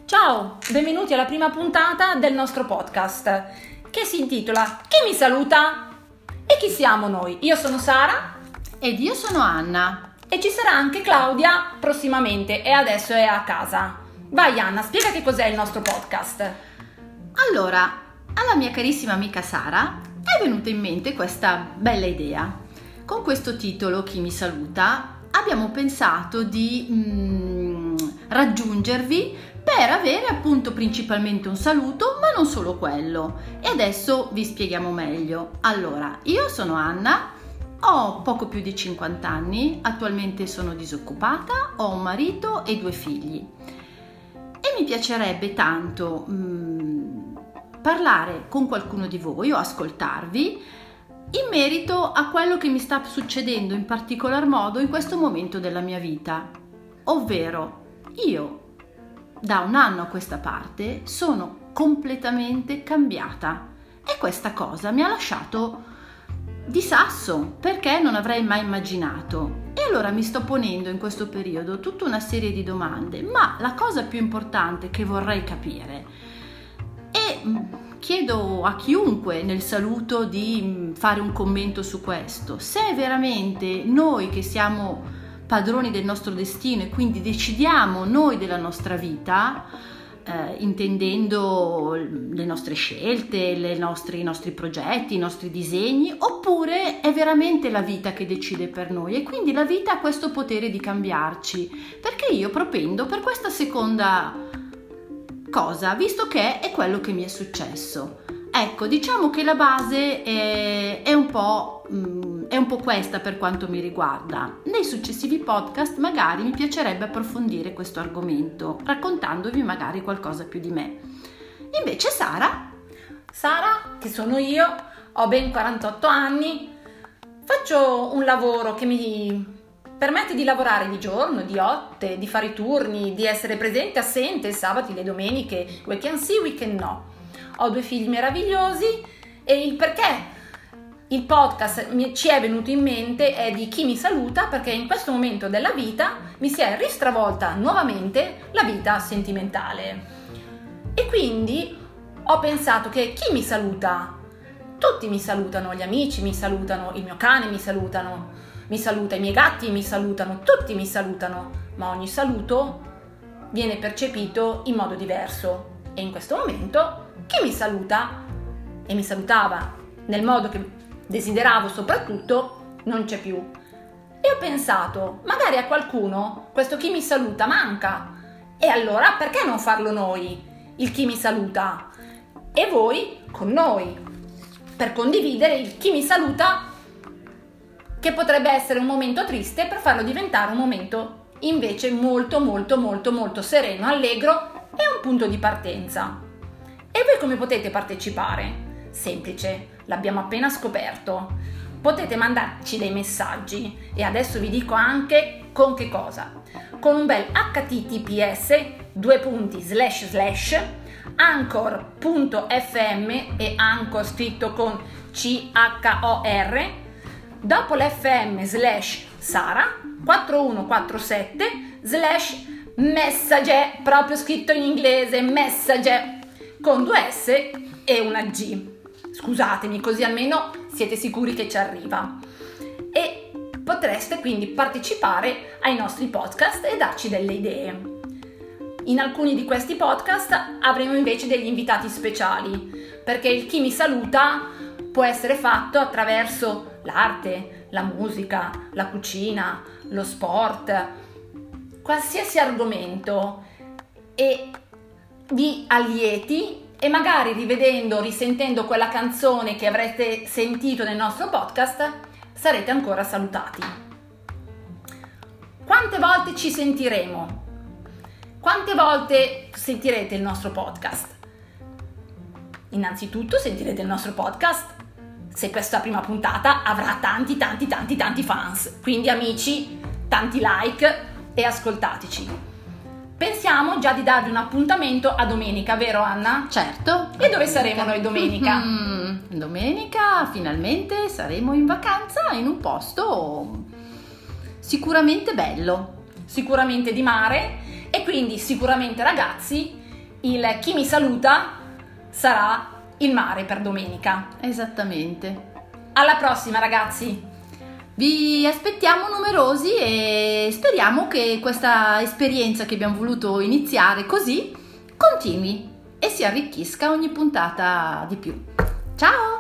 Ciao, benvenuti alla prima puntata del nostro podcast che si intitola Chi mi saluta? E chi siamo noi? Io sono Sara ed io sono Anna e ci sarà anche Claudia prossimamente e adesso è a casa. Vai Anna, spiega che cos'è il nostro podcast. Allora, alla mia carissima amica Sara è venuta in mente questa bella idea. Con questo titolo, Chi mi saluta, abbiamo pensato di raggiungervi per avere appunto principalmente un saluto, ma non solo quello. E adesso vi spieghiamo meglio. Allora, io sono Anna, ho poco più di 50 anni, attualmente sono disoccupata, ho un marito e 2 figli. E mi piacerebbe tanto parlare con qualcuno di voi o ascoltarvi in merito a quello che mi sta succedendo in particolar modo in questo momento della mia vita. Ovvero, io da un anno a questa parte sono completamente cambiata e questa cosa mi ha lasciato di sasso perché non avrei mai immaginato. E allora mi sto ponendo in questo periodo tutta una serie di domande, ma la cosa più importante che vorrei capire e chiedo a chiunque nel saluto di fare un commento su questo: se è veramente noi che siamo padroni del nostro destino e quindi decidiamo noi della nostra vita, intendendo le nostre scelte, i nostri progetti, i nostri disegni, oppure è veramente la vita che decide per noi e quindi la vita ha questo potere di cambiarci, perché io propendo per questa seconda cosa, visto che è quello che mi è successo. Ecco, diciamo che la base è un po' questa per quanto mi riguarda. Nei successivi podcast magari mi piacerebbe approfondire questo argomento, raccontandovi magari qualcosa più di me. Invece Sara, che sono io, ho ben 48 anni, faccio un lavoro che mi permette di lavorare di giorno, di notte, di fare i turni, di essere presente, assente, il sabato, le domeniche, weekend sì, weekend no. Ho 2 figli meravigliosi e il perché il podcast ci è venuto in mente è di Chi mi saluta, perché in questo momento della vita mi si è ristravolta nuovamente la vita sentimentale. E quindi ho pensato che chi mi saluta? Tutti mi salutano, gli amici mi salutano, il mio cane mi saluta, i miei gatti mi salutano, tutti mi salutano, ma ogni saluto viene percepito in modo diverso. E in questo momento chi mi saluta e mi salutava nel modo che desideravo soprattutto non c'è più. E ho pensato, magari a qualcuno questo chi mi saluta manca, e allora perché non farlo noi, il chi mi saluta, e voi con noi, per condividere il chi mi saluta, che potrebbe essere un momento triste, per farlo diventare un momento invece molto molto molto molto sereno, allegro e un punto di partenza. E voi come potete partecipare? Semplice, l'abbiamo appena scoperto. Potete mandarci dei messaggi e adesso vi dico anche con che cosa. Con un bel https anchor.fm e Anchor scritto con CHOR, dopo l'FM /Sara 4147 / proprio scritto in inglese, message con 2 S e una G. Scusatemi, così almeno siete sicuri che ci arriva. E potreste quindi partecipare ai nostri podcast e darci delle idee. In alcuni di questi podcast avremo invece degli invitati speciali, perché il chi mi saluta può essere fatto attraverso l'arte, la musica, la cucina, lo sport, qualsiasi argomento, e vi allieti e magari risentendo quella canzone che avrete sentito nel nostro podcast sarete ancora salutati. Quante volte ci sentiremo? Quante volte sentirete il nostro podcast? Innanzitutto sentirete il nostro podcast se questa prima puntata avrà tanti fans, quindi amici, tanti like e ascoltateci. Pensiamo già di darvi un appuntamento a domenica, vero Anna? Certo. E dove saremo noi domenica? Domenica finalmente saremo in vacanza in un posto sicuramente bello. Sicuramente di mare, e quindi sicuramente ragazzi il chi mi saluta sarà il mare per domenica. Esattamente. Alla prossima, ragazzi! Vi aspettiamo numerosi e speriamo che questa esperienza che abbiamo voluto iniziare così continui e si arricchisca ogni puntata di più. Ciao!